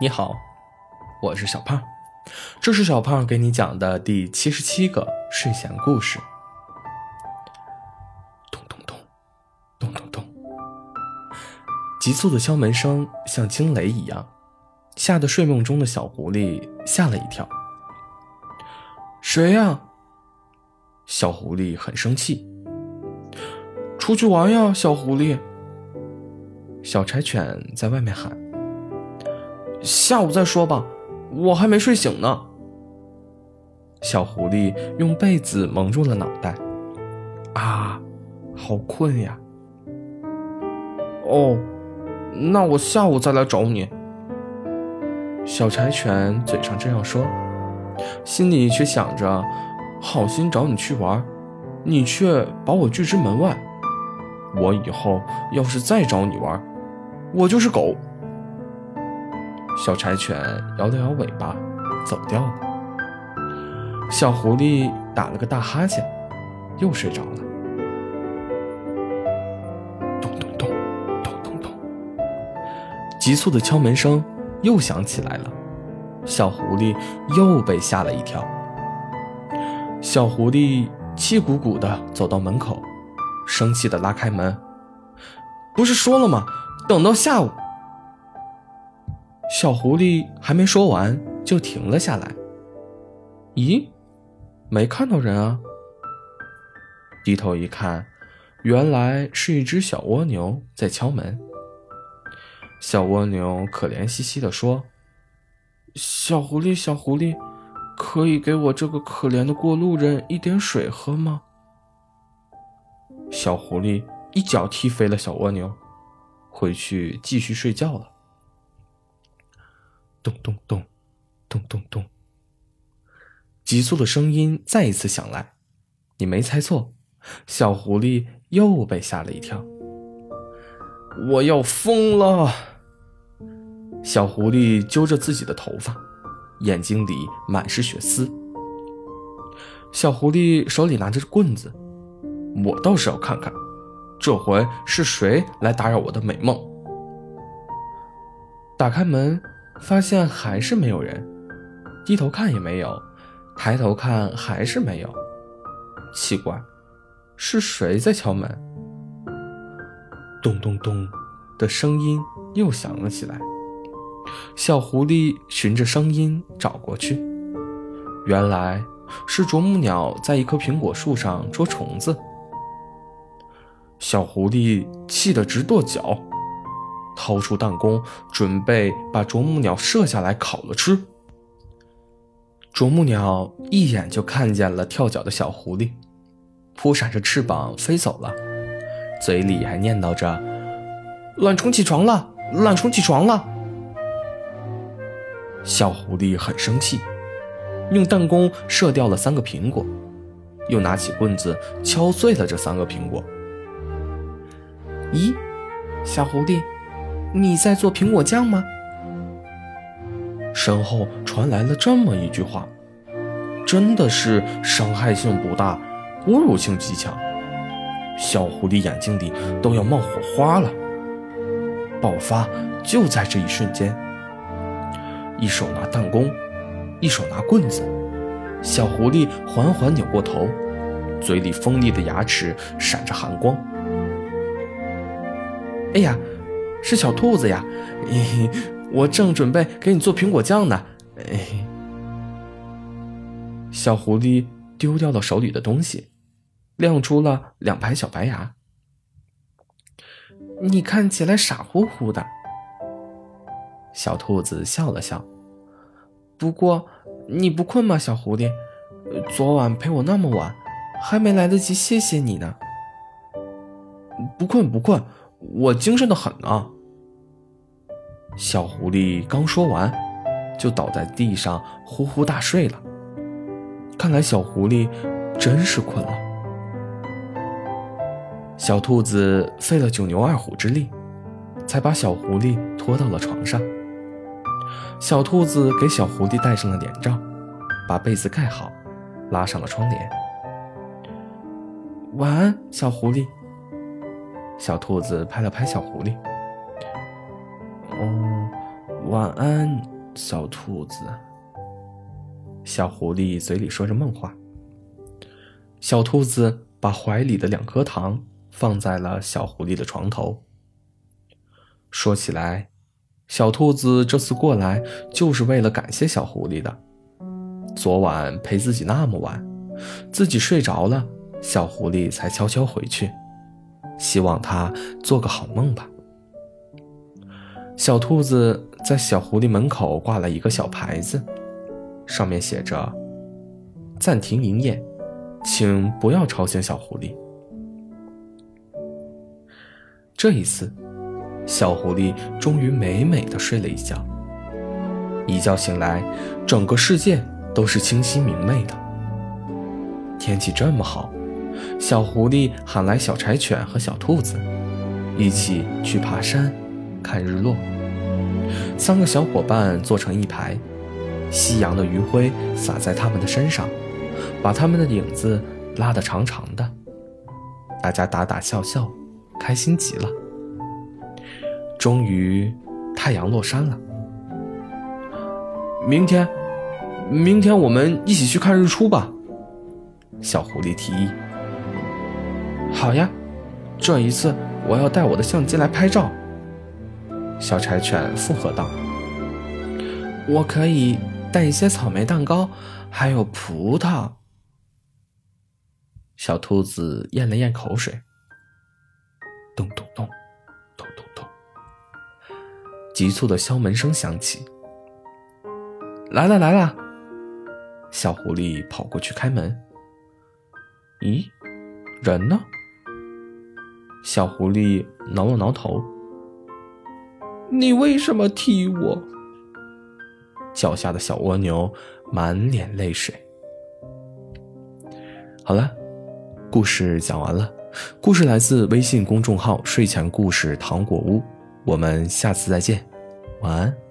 你好，我是小胖，这是小胖给你讲的第77个睡前故事。咚咚咚，咚咚咚，急促的敲门声像惊雷一样，吓得睡梦中的小狐狸吓了一跳。谁呀？小狐狸很生气。出去玩呀，小狐狸。小柴犬在外面喊。下午再说吧，我还没睡醒呢。小狐狸用被子蒙住了脑袋。啊，好困呀。哦，那我下午再来找你。小柴犬嘴上这样说，心里却想着，好心找你去玩，你却把我拒之门外。我以后要是再找你玩，我就是狗。小柴犬摇了摇尾巴，走掉了。小狐狸打了个大哈欠，又睡着了。咚咚咚，咚咚咚，急促的敲门声又响起来了。小狐狸又被吓了一跳。小狐狸气鼓鼓地走到门口，生气地拉开门。不是说了吗？等到下午。小狐狸还没说完就停了下来。咦，没看到人啊。低头一看，原来是一只小蜗牛在敲门。小蜗牛可怜兮兮地说，小狐狸，小狐狸，可以给我这个可怜的过路人一点水喝吗？小狐狸一脚踢飞了小蜗牛，回去继续睡觉了。咚咚咚，咚咚咚，急促的声音再一次响来。你没猜错，小狐狸又被吓了一跳。我要疯了！小狐狸揪着自己的头发，眼睛里满是血丝。小狐狸手里拿着棍子，我倒是要看看，这回是谁来打扰我的美梦。打开门，发现还是没有人，低头看也没有，抬头看还是没有。奇怪，是谁在敲门？咚咚咚的声音又响了起来。小狐狸循着声音找过去，原来是啄木鸟在一棵苹果树上捉虫子。小狐狸气得直跺脚，掏出弹弓，准备把啄木鸟射下来烤了吃。啄木鸟一眼就看见了跳脚的小狐狸，扑闪着翅膀飞走了，嘴里还念叨着，懒虫起床了，懒虫起床了。小狐狸很生气，用弹弓射掉了3个苹果，又拿起棍子敲碎了这3个苹果。咦，小狐狸，你在做苹果酱吗？身后传来了这么一句话，真的是伤害性不大，侮辱性极强。小狐狸眼睛里都要冒火花了。爆发就在这一瞬间，一手拿弹弓，一手拿棍子，小狐狸缓缓扭过头，嘴里锋利的牙齿闪着寒光。哎呀，是小兔子呀，我正准备给你做苹果酱呢。小狐狸丢掉了手里的东西，亮出了2排小白牙。你看起来傻乎乎的。小兔子笑了笑。不过你不困吗，小狐狸？昨晚陪我那么晚，还没来得及谢谢你呢。不困不困，我精神得很呢。小狐狸刚说完，就倒在地上呼呼大睡了。看来小狐狸真是困了。小兔子费了9牛2虎之力，才把小狐狸拖到了床上。小兔子给小狐狸戴上了脸罩，把被子盖好，拉上了窗帘。晚安，小狐狸。小兔子拍了拍小狐狸。晚安， 小兔子。小狐狸嘴里说着梦话。小兔子把怀里的2颗糖放在了小狐狸的床头。说起来，小兔子这次过来就是为了感谢小狐狸的。昨晚陪自己那么晚，自己睡着了，小狐狸才悄悄回去，希望它做个好梦吧。小兔子在小狐狸门口挂了一个小牌子，上面写着：暂停营业，请不要吵醒小狐狸。这一次，小狐狸终于美美地睡了一觉。一觉醒来，整个世界都是清晰明媚的。天气这么好，小狐狸喊来小柴犬和小兔子，一起去爬山看日落。3个小伙伴坐成一排，夕阳的余晖洒在他们的身上，把他们的影子拉得长长的。大家打打笑笑，开心极了。终于太阳落山了。明天我们一起去看日出吧，小狐狸提议。好呀，这一次我要带我的相机来拍照，小柴犬附和道。我可以带一些草莓蛋糕，还有葡萄。小兔子咽了咽口水。咚咚咚，咚咚咚，急促的敲门声响起。来了来了，小狐狸跑过去开门。咦，人呢？小狐狸挠了挠头。你为什么踢我？脚下的小蜗牛满脸泪水。好了，故事讲完了。故事来自微信公众号睡前故事糖果屋，我们下次再见，晚安。